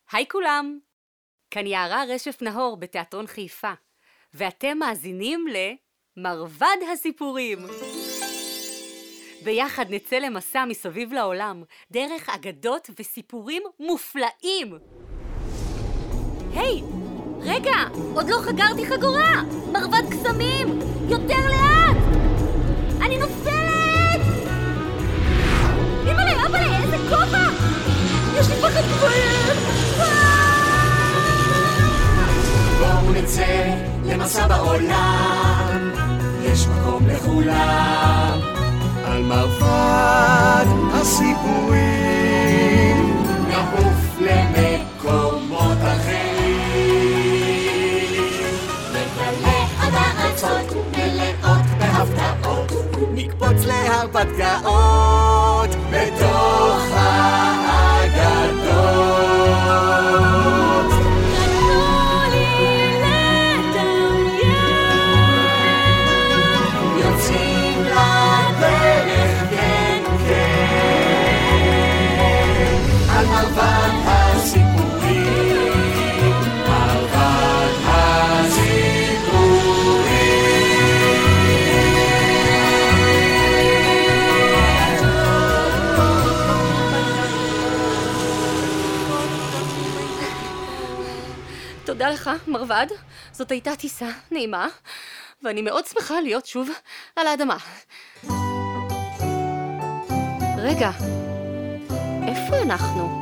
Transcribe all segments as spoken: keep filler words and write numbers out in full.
היי כולם, כאן יערה רשף נהור בתיאטרון חיפה, ואתם מאזינים למרבד הסיפורים. ביחד נצא למסע מסביב לעולם, דרך אגדות וסיפורים מופלאים. היי, רגע, עוד לא חגרתי חגורה, מרבד קסמים, יותר לאט! אני נופלת! אמא'לה, אמא'לה, איזה כובע! יש לי פחד כבד! בואו נצא למסע בעולם, יש מקום לכולם. על מרבד הסיפורים נעוף למקומות אחרים, נגלה עד הארצות מלאות בהפתעות, נקפוץ להרפתקאות בתוך האגדות. נתנו לי לדמיין, יוצאים לדרך, כן כן, על מרבד הסיפורים, מרבד תודה לך, מרבד. זאת הייתה טיסה נעימה, ואני מאוד שמחה להיות שוב על האדמה. רגע, איפה אנחנו?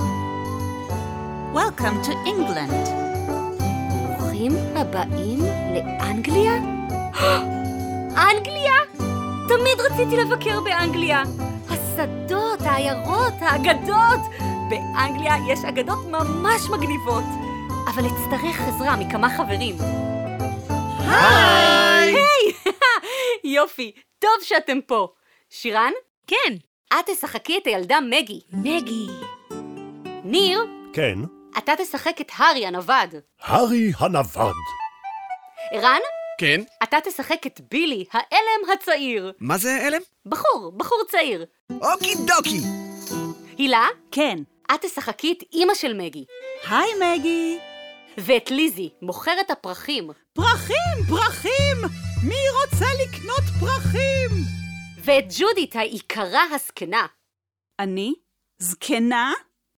Welcome to England. ברוכים הבאים לאנגליה? אנגליה? תמיד רציתי לבקר באנגליה. השדות, העיירות, האגדות. באנגליה יש אגדות ממש מגניבות. אבל אצטרך עזרה מכמה חברים. היי! היי! יופי, טוב שאתם פה. שירן? כן. את תשחקי את הילדה מגי. מגי. ניר? כן, אתה תשחק את הארי הנווד. הארי הנווד. ערן? כן? אתה תשחק את בילי, האלם הצעיר. מה זה אלם? בחור, בחור צעיר. אוקי דוקי! הילה? כן. את תשחקי את אמא של מגי. היי מגי. ואת ליזי, מוכרת הפרחים. פרחים, פרחים! מי רוצה לקנות פרחים? ואת ג'ודית, העיקרה הזקנה. אני? זקנה?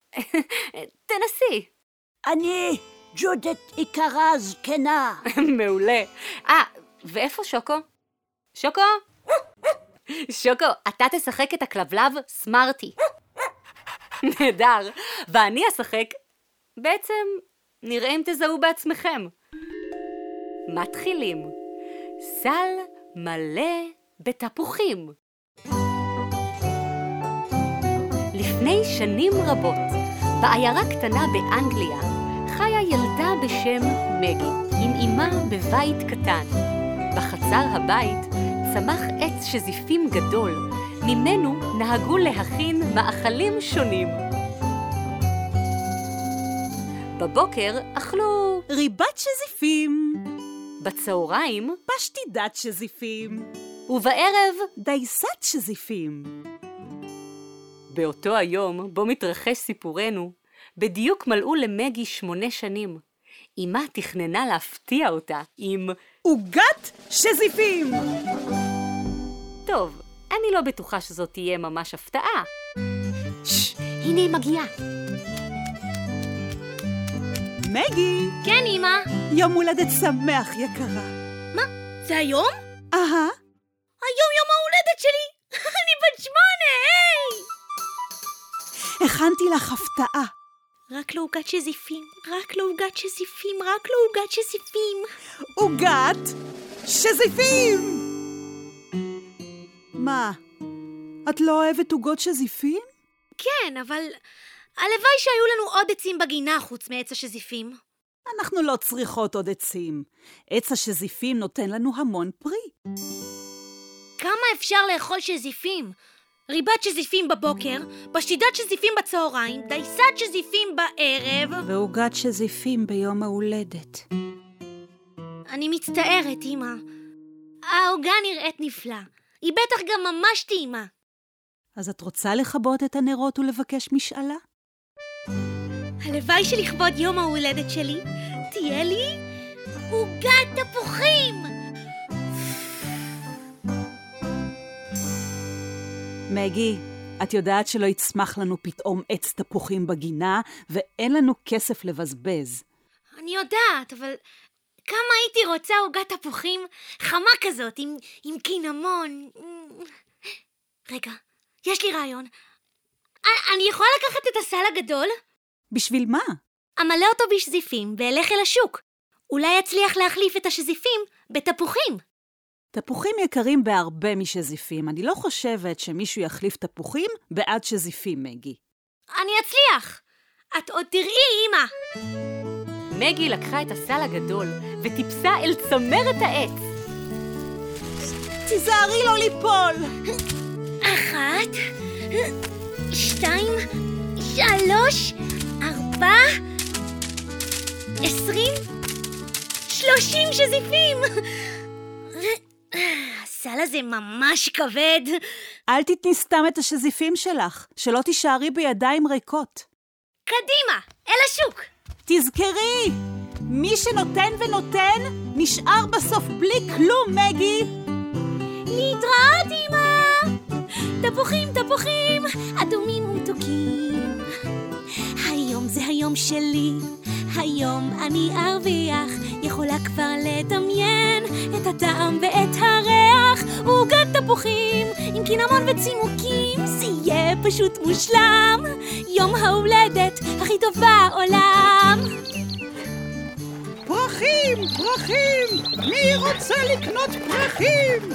תנסי. אני ג'ודית עיקרה זקנה. מעולה. אה, ואיפה שוקו? שוקו? שוקו, אתה תשחק את הכלבלב סמרטי. נהדר. ואני אשחק, בעצם נראה אם תזהו בעצמכם. מתחילים. סל מלא בתפוחים. לפני שנים רבות, בעיירה קטנה באנגליה, חיה ילדה בשם מגי, עם אמה בבית קטן. בחצר הבית צמח עץ שזיפים גדול, ממנו נהגו להכין מאכלים שונים. בבוקר אכלו ריבת שזיפים. בצהריים, פשטידת שזיפים. ובערב, דייסת שזיפים. באותו היום בו מתרחש סיפורנו, בדיוק מלאו למגי שמונה שנים. אמה תכננה להפתיע אותה עם עוגת שזיפים. טוב, אני לא בטוחה שזאת תהיה ממש הפתעה. שש, הנה היא מגיעה. מגי. כן, אמא. יום הולדת שמח יקרה. מה? זה היום? אהה. היום יום ההולדת שלי. אני בת שמונה, היי! הכנתי לך הפתעה. רק לא עוגת שזיפים, רק לא עוגת שזיפים, רק לא עוגת שזיפים. עוגת שזיפים! מה? את לא אוהבת עוגות שזיפים? כן, אבל הלוואי שהיו לנו עוד עצים בגינה חוץ מעץ השזיפים. אנחנו לא צריכות עוד עצים. עץ השזיפים נותן לנו המון פרי. כמה אפשר לאכול שזיפים? ריבת שזיפים בבוקר, פשטידת שזיפים בצהריים, דייסת שזיפים בערב. ועוגת שזיפים ביום ההולדת. אני מצטערת, אמא. העוגה נראית נפלא. היא בטח גם ממש טעימה. אז את רוצה לכבות את הנרות ולבקש משאלה? הלוואי שלכבוד יום ההולדת שלי תהיה לי עוגת תפוחים. מגי, את יודעת שלא יצמח לנו פתאום עץ תפוחים בגינה, ואין לנו כסף לבזבז. אני יודעת, אבל כמה הייתי רוצה עוגת תפוחים חמה כזאת, עם, עם קינמון. רגע, יש לי רעיון. אני יכולה לקחת את הסל הגדול? בשביל מה? אמלא אותו בשזיפים ואלך אל השוק. אולי אצליח להחליף את השזיפים בתפוחים. תפוחים יקרים בהרבה משזיפים. אני לא חושבת שמישהו יחליף תפוחים בעד שזיפים, מגי. אני אצליח. את עוד תראי, אמא. מגי לקחה את הסל הגדול וטיפסה אל צמרת העץ. תיזהרי לא ליפול. אחת, שתיים, שלוש, ארבע, עשרים, שלושים שזיפים. הסל הזה ממש כבד. אל תתני סתם את השזיפים שלך, שלא תישארי בידיים ריקות. קדימה, אל השוק. תזכרי, מי שנותן ונותן, נשאר בסוף בלי כלום, מגי. להתראות, אמא. תפוחים, תפוחים, אדומים ומתוקים. היום זה היום שלי, היום אני ארוויח. יכולה כבר לדמיין את הטעם ואת הריח. עוגת תפוחים עם קינמון וצימוקים, זה יהיה פשוט מושלם. יום ההולדת הכי טוב בעולם. פרחים, פרחים, מי רוצה לקנות פרחים?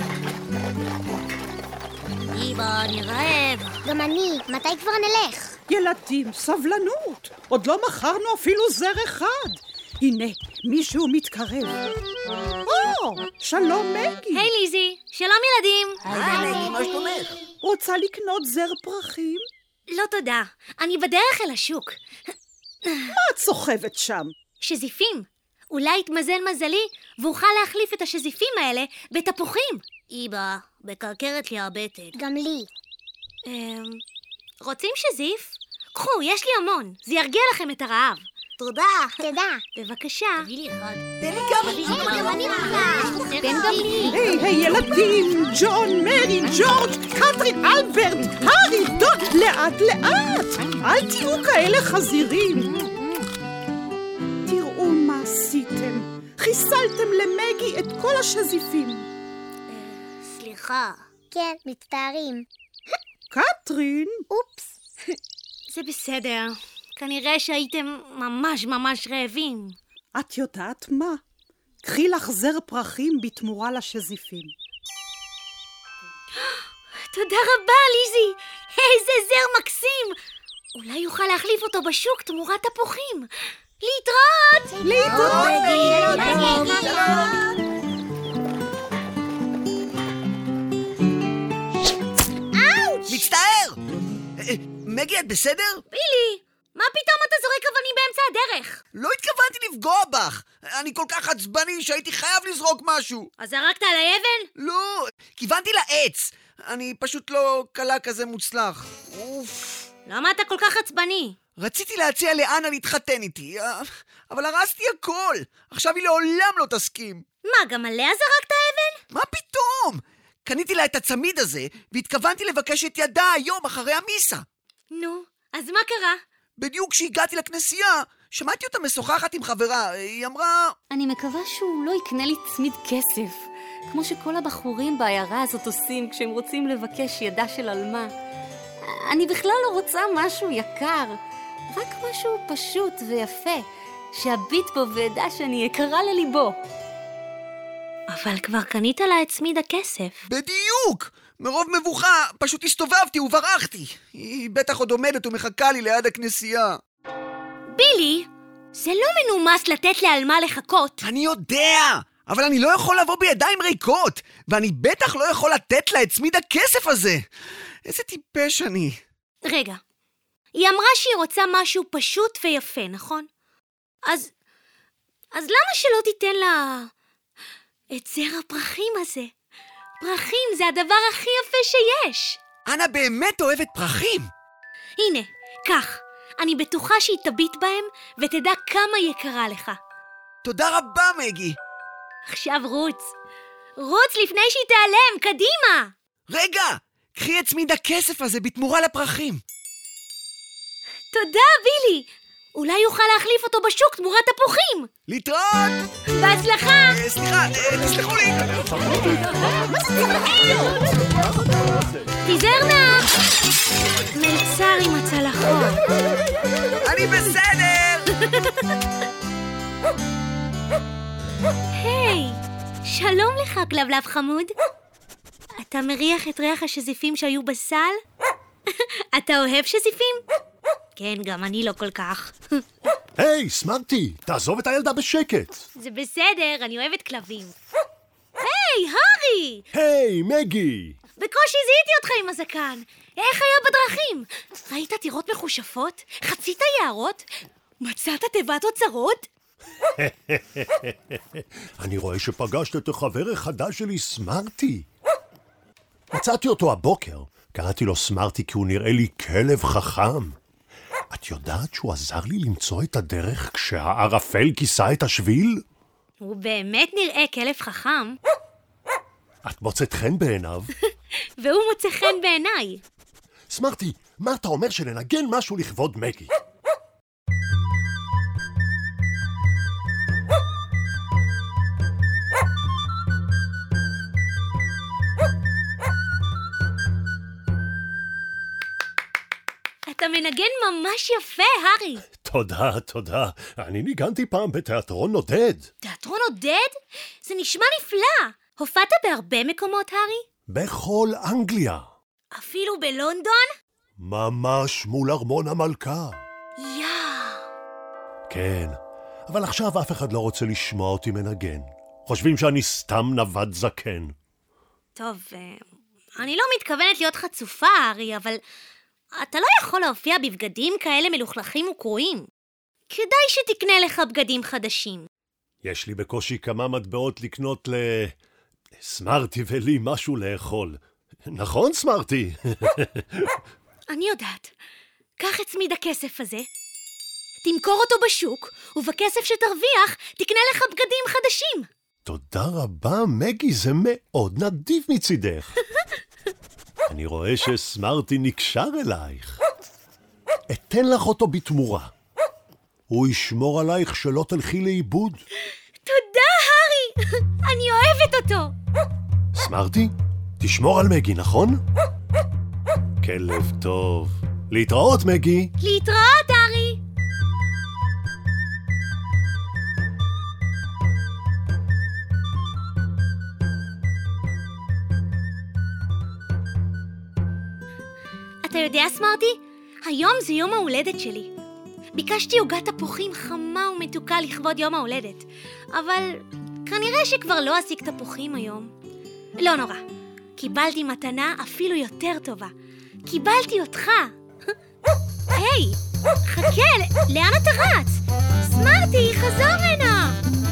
אמא, אני רעב. גם אני, מתי כבר נלך? ילדים, סבלנות. עוד לא מכרנו אפילו זר אחד. הנה, מישהו מתקרב. או, שלום מגי. היי ליזי, שלום ילדים. היי מגי, מה שלומך? רוצה לקנות זר פרחים? לא תודה, אני בדרך אל השוק. מה את סוחבת שם? שזיפים. אולי יתמזל מזלי ואוכל להחליף את השזיפים האלה בתפוחים. אמא, מקרקרת לי הבטן. גם לי. אמ... רוצים שזיף? קחו, יש לי המון. זה ירגיע לכם את הרעב. תודה. תודה. בבקשה. תביא לי אחד. תן לי גם. גם אני רוצה. תן גם לי. היי, היי, ילדים, ג'ון, מרי, ג'ורג', קטרין, אלברט, הארי, דוד, לאט לאט. אל תהיו כאלה חזירים. תראו מה עשיתם. חיסלתם למגי את כל השזיפים. סליחה. כן, מצטערים. קטרין? אופס. זה בסדר. כנראה שהייתם ממש ממש רעבים. את יודעת מה? קחי לך זר פרחים בתמורה לשזיפים. תודה רבה, ליזי. איזה זר מקסים. אולי יוכל להחליף אותו בשוק תמורת תפוחים. להתראות! להתראות! מצטער! מגי, את בסדר? בילי, מה פתאום אתה זורק אבנים באמצע הדרך? לא התכוונתי לפגוע בך. אני כל כך עצבני שהייתי חייב לזרוק משהו. אז זרקת על האבן? לא, כיוונתי לעץ. אני פשוט לא קלה כזה מוצלח. אוף. למה אתה כל כך עצבני? רציתי להציע לאנה להתחתן איתי, אבל הרסתי הכל. עכשיו היא לעולם לא תסכים. מה, גם עליה זרקת אבן? מה פתאום? קניתי לה את הצמיד הזה, והתכוונתי לבקש את ידה היום אחרי המיסה. נו, אז מה קרה? בדיוק כשהגעתי לכנסייה, שמעתי אותה משוחחת עם חברה. היא אמרה... אני מקווה שהוא לא יקנה לי צמיד כסף, כמו שכל הבחורים בעיירה הזאת עושים כשהם רוצים לבקש ידה של אלמה. אני בכלל לא רוצה משהו יקר, רק משהו פשוט ויפה, שהביט בו וידע שאני יקרה לליבו. אבל כבר קנית לה את צמיד הכסף. בדיוק! מרוב מבוכה פשוט הסתובבתי וברחתי. היא בטח עוד עומדת ומחכה לי ליד הכנסייה. בילי, זה לא מנומס לתת לאלמה לחכות. אני יודע, אבל אני לא יכול לבוא בידיים ריקות, ואני בטח לא יכול לתת לה את צמיד הכסף הזה. איזה טיפש אני. רגע, היא אמרה שהיא רוצה משהו פשוט ויפה, נכון? אז, אז למה שלא תיתן לה את זר הפרחים הזה? פרחים זה הדבר הכי יפה שיש. אנה באמת אוהבת פרחים. הנה, כך, אני בטוחה שהיא תביט בהם ותדע כמה היא יקרה לך. תודה רבה, מגי. עכשיו רוץ. רוץ לפני שהיא תיעלם, קדימה! רגע, קחי את צמיד הכסף הזה בתמורה לפרחים. תודה, בילי. אולי יוכל להחליף אותו בשוק תמורת תפוחים. להתראות! בהצלחה! אה, סליחה, אה, תסלחו לי. תיזהר נא! מלצר עם הצלחות. אני בסדר! היי, שלום לך, כלבלב חמוד. אתה מריח את ריח השזיפים שהיו בסל? אתה אוהב שזיפים? כן, גם אני לא כל כך. היי, סמרטי, תעזוב את הילדה בשקט. זה בסדר, אני אוהבת כלבים. היי, הארי! היי, מגי! בקושי זיהיתי אותך עם הזקן. איך היה בדרכים? ראית טירות מחושפות? חצית יערות? מצאת תיבת אוצרות? אני רואה שפגשת את החבר החדש שלי, סמרטי. מצאתי אותו הבוקר. קראתי לו סמרטי כי הוא נראה לי כלב חכם. את יודעת שהוא עזר לי למצוא את הדרך כשהערפל כיסה את השביל? הוא באמת נראה כלב חכם. את מוצאת חן בעיניו? והוא מוצא חן בעיניי. סמרטי, מה אתה אומר שננגן משהו לכבוד מגי? אתה מנגן ממש יפה, הארי. תודה, תודה. אני ניגנתי פעם בתיאטרון נודד. תיאטרון עודד? זה נשמע נפלא. הופעת בהרבה מקומות, הארי? בכל אנגליה. אפילו בלונדון? ממש מול ארמון המלכה. יא. כן, אבל עכשיו אף אחד לא רוצה לשמוע אותי מנגן. חושבים שאני סתם נווד זקן. טוב, אני לא מתכוונת להיות חצופה, הארי, אבל אתה לא יכול להופיע בבגדים כאלה מלוכלכים וקרועים. כדאי שתקנה לך בגדים חדשים. יש לי בקושי כמה מטבעות לקנות ל... סמרטי ולי משהו לאכול. נכון, סמרטי? אני יודעת. קח את צמיד הכסף הזה, תמכור אותו בשוק, ובכסף שתרוויח תקנה לך בגדים חדשים. תודה רבה, מגי, זה מאוד נדיב מצידך. אני רואה שסמרטי נקשר אלייך. אתן לך אותו בתמורה. הוא ישמור עלייך שלא תלכי לאיבוד. תודה, הארי! אני אוהבת אותו! סמרטי, תשמור על מגי, נכון? כלב טוב. להתראות, מגי. להתראות, הארי! אתה יודע, סמרטי? היום זה יום ההולדת שלי. ביקשתי עוגת תפוחים חמה ומתוקה לכבוד יום ההולדת, אבל כנראה שכבר לא אשיג תפוחים היום. לא נורא, קיבלתי מתנה אפילו יותר טובה. קיבלתי אותך. היי, חכה, לאן אתה רץ? סמרטי, חזור הנה.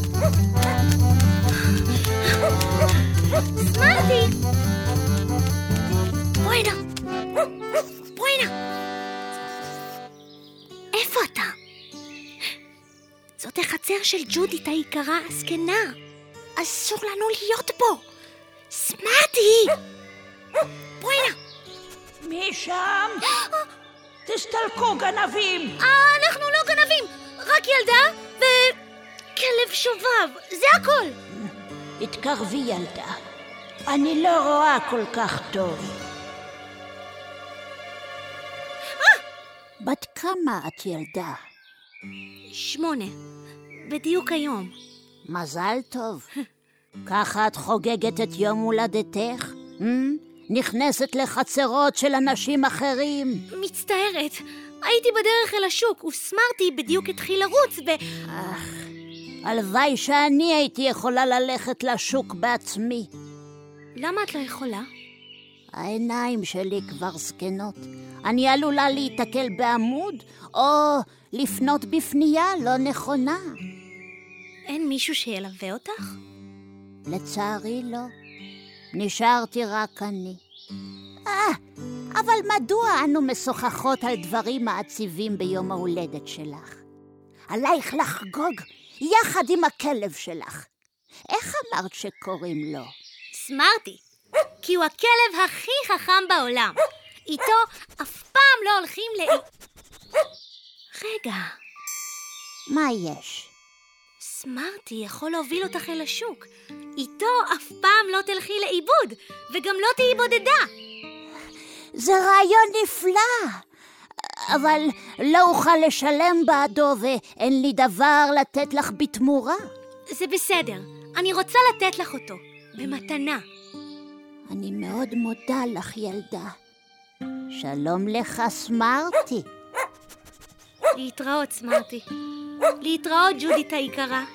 סמרטי. בואי הנה. בואי הנה. איפה אתה? זאת החצר של ג'ודית היקרה הזקנה. אסור לנו להיות פה. סמרטי! בואי הנה. מי שם? תסתלקו גנבים! אה, אנחנו לא גנבים, רק ילדה וכלב שובב, זה הכל. התקרבי ילדה, אני לא רואה כל כך טוב. בת כמה את ילדה? שמונה, בדיוק היום. מזל טוב. ככה את חוגגת את יום הולדתך? נכנסת לחצרות של אנשים אחרים. מצטערת, הייתי בדרך אל השוק וסמרטי בדיוק התחיל לרוץ ו... אך, הלוואי שאני הייתי יכולה ללכת לשוק בעצמי. למה את לא יכולה? העיניים שלי כבר זקנות. אני עלולה להתקל בעמוד או לפנות בפנייה לא נכונה. אין מישהו שילווה אותך? לצערי לא. נשארתי רק אני. אה, אבל מדוע אנו משוחחות על דברים מעציבים ביום ההולדת שלך? עלייך לחגוג יחד עם הכלב שלך. איך אמרת שקוראים לו? סמרטי, כי הוא הכלב הכי חכם בעולם. איתו אף פעם לא הולכים ל... רגע, מה יש? סמרטי יכול להוביל אותך אל השוק. איתו אף פעם לא תלכי לאיבוד, וגם לא תהיי בודדה. זה רעיון נפלא, אבל לא אוכל לשלם בעדו ואין לי דבר לתת לך בתמורה. זה בסדר, אני רוצה לתת לך אותו, במתנה. אני מאוד מודה לך, ילדה. שלום לך, סמרטי. להתראות, סמרטי. להתראות, ג'ודית היקרה.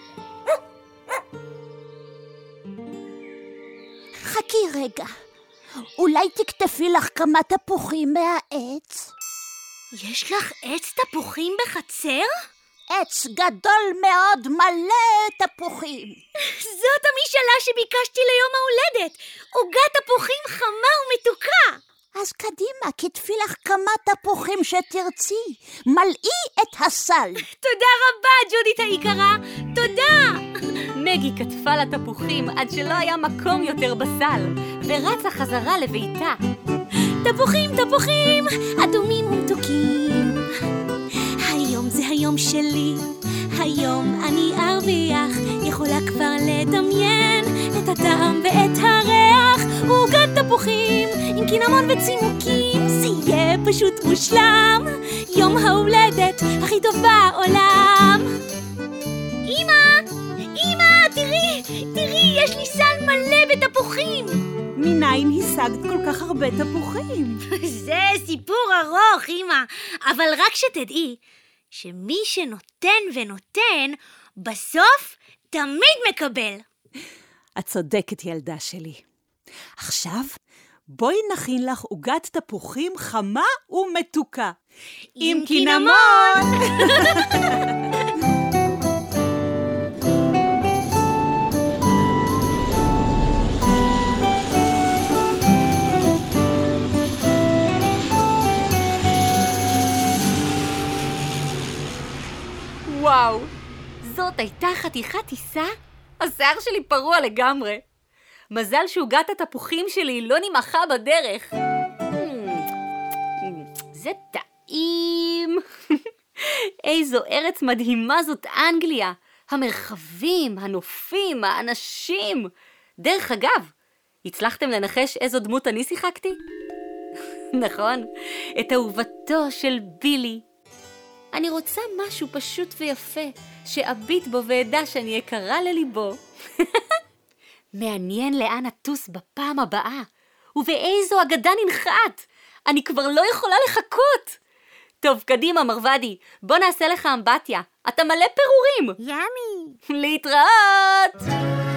חכי רגע. אולי תקטפי לך כמה תפוחים מהעץ? יש לך עץ תפוחים בחצר? עץ גדול מאוד, מלא תפוחים. זאת המשאלה שביקשתי ליום ההולדת. עוגת תפוחים חמה ומתוקה. אז קדימה, כתפי לך כמה תפוחים שתרצי. מלאי את הסל. תודה רבה, ג'ודית היקרה. תודה. מגי כתפה לתפוחים עד שלא היה מקום יותר בסל, ורצה חזרה לביתה. תפוחים, תפוחים, אדומים ומתוקים. היום זה היום שלי, היום אני ארוויח. יכולה כבר לדמיין את הטעם ואת הריח. עוגת תפוחים עם קינמון וצימוקים, זה יהיה פשוט מושלם. יום ההולדת הכי טוב בעולם. אמא, אמא, תראי, תראי, יש לי סל מלא בתפוחים. מניין השגת כל כך הרבה תפוחים? זה סיפור ארוך, אמא, אבל רק שתדעי שמי שנותן ונותן, בסוף תמיד מקבל. את צודקת, ילדה שלי. עכשיו, בואי נכין לך עוגת תפוחים חמה ומתוקה. עם קינמון! וואו, זאת הייתה חתיכת טיסה? השיער שלי פרוע לגמרי. מזל שעוגת התפוחים שלי לא נמחה בדרך. זה טעים. איזו ארץ מדהימה זאת אנגליה. המרחבים, הנופים, האנשים. דרך אגב, הצלחתם לנחש איזו דמות אני שיחקתי? נכון, את אהובתו של בילי. אני רוצה משהו פשוט ויפה, שאביט בו ועדה שאני יקרה לליבו. מעניין לאן אטוס בפעם הבאה, ובאיזו אגדה ננחת. אני כבר לא יכולה לחכות. טוב, קדימה מרוודי, בוא נעשה לך אמבטיה. אתה מלא פירורים. ימי. להתראות!